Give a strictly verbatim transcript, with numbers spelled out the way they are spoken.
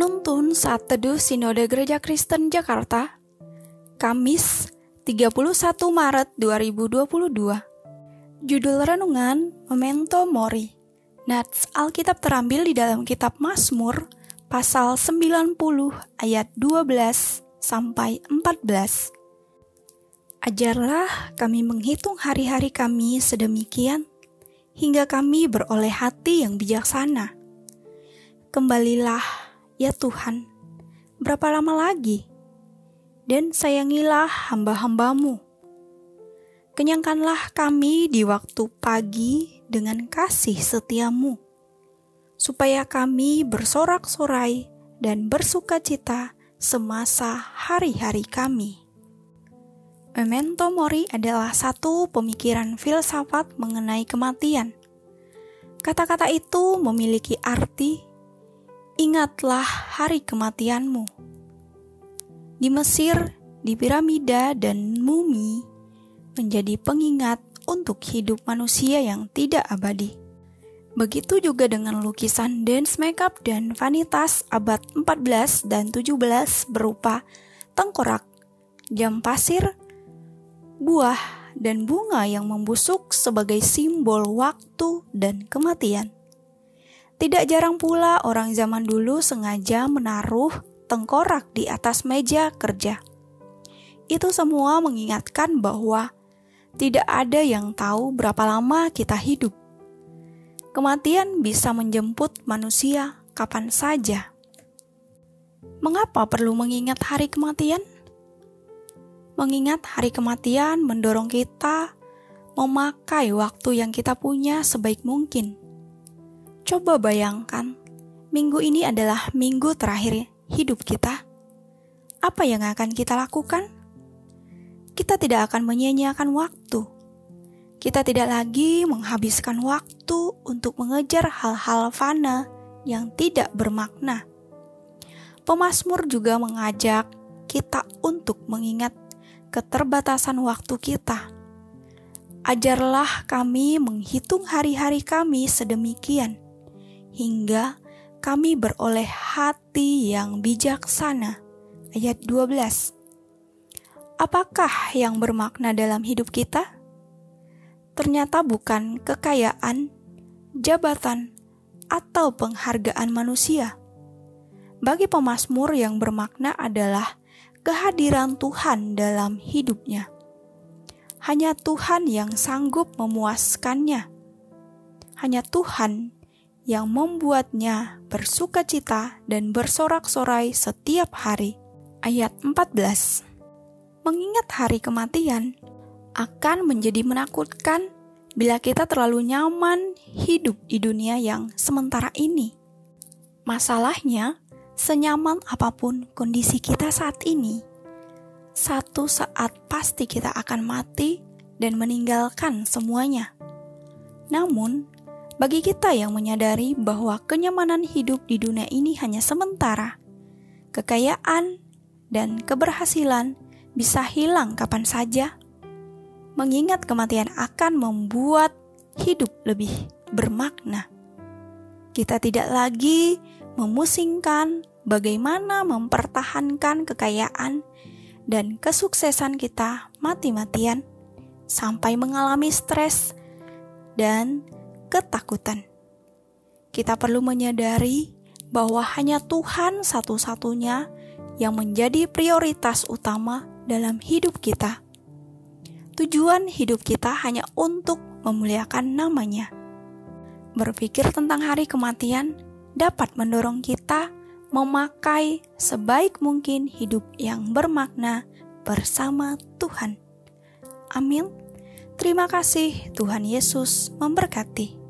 Penuntun Saat Teduh Sinode Gereja Kristen Jakarta, Kamis tiga puluh satu Maret dua ribu dua puluh dua. Judul renungan Memento Mori. Nats Alkitab terambil di dalam kitab Mazmur pasal sembilan puluh ayat dua belas sampai empat belas. Ajarlah kami menghitung hari-hari kami sedemikian hingga kami beroleh hati yang bijaksana. Kembalilah ya Tuhan, berapa lama lagi? Dan sayangilah hamba-hambamu. Kenyangkanlah kami di waktu pagi dengan kasih setiamu, supaya kami bersorak-sorai dan bersukacita semasa hari-hari kami. Memento Mori adalah satu pemikiran filsafat mengenai kematian. Kata-kata itu memiliki arti ingatlah hari kematianmu. Di Mesir, di piramida dan mumi menjadi pengingat untuk hidup manusia yang tidak abadi. Begitu juga dengan lukisan dance makeup dan vanitas abad empat belas dan tujuh belas berupa tengkorak, jam pasir, buah, dan bunga yang membusuk sebagai simbol waktu dan kematian. Tidak jarang pula orang zaman dulu sengaja menaruh tengkorak di atas meja kerja. Itu semua mengingatkan bahwa tidak ada yang tahu berapa lama kita hidup. Kematian bisa menjemput manusia kapan saja. Mengapa perlu mengingat hari kematian? Mengingat hari kematian mendorong kita memakai waktu yang kita punya sebaik mungkin. Coba bayangkan, minggu ini adalah minggu terakhir hidup kita. Apa yang akan kita lakukan? Kita tidak akan menyia-nyiakan waktu. Kita tidak lagi menghabiskan waktu untuk mengejar hal-hal fana yang tidak bermakna. Pemazmur juga mengajak kita untuk mengingat keterbatasan waktu kita. Ajarlah kami menghitung hari-hari kami sedemikian hingga kami beroleh hati yang bijaksana. Ayat dua belas. Apakah yang bermakna dalam hidup kita? Ternyata bukan kekayaan, jabatan, atau penghargaan manusia. Bagi pemazmur yang bermakna adalah kehadiran Tuhan dalam hidupnya. Hanya Tuhan yang sanggup memuaskannya. Hanya Tuhan yang membuatnya bersukacita dan bersorak-sorai setiap hari. Ayat empat belas. Mengingat hari kematian akan menjadi menakutkan bila kita terlalu nyaman hidup di dunia yang sementara ini. Masalahnya, senyaman apapun kondisi kita saat ini, satu saat pasti kita akan mati dan meninggalkan semuanya. Namun, bagi kita yang menyadari bahwa kenyamanan hidup di dunia ini hanya sementara, kekayaan dan keberhasilan bisa hilang kapan saja, mengingat kematian akan membuat hidup lebih bermakna. Kita tidak lagi memusingkan bagaimana mempertahankan kekayaan dan kesuksesan kita mati-matian sampai mengalami stres dan ketakutan. Kita perlu menyadari bahwa hanya Tuhan satu-satunya yang menjadi prioritas utama dalam hidup kita. Tujuan hidup kita hanya untuk memuliakan namanya. Berpikir tentang hari kematian dapat mendorong kita memakai sebaik mungkin hidup yang bermakna bersama Tuhan. Amin. Terima kasih, Tuhan Yesus memberkati.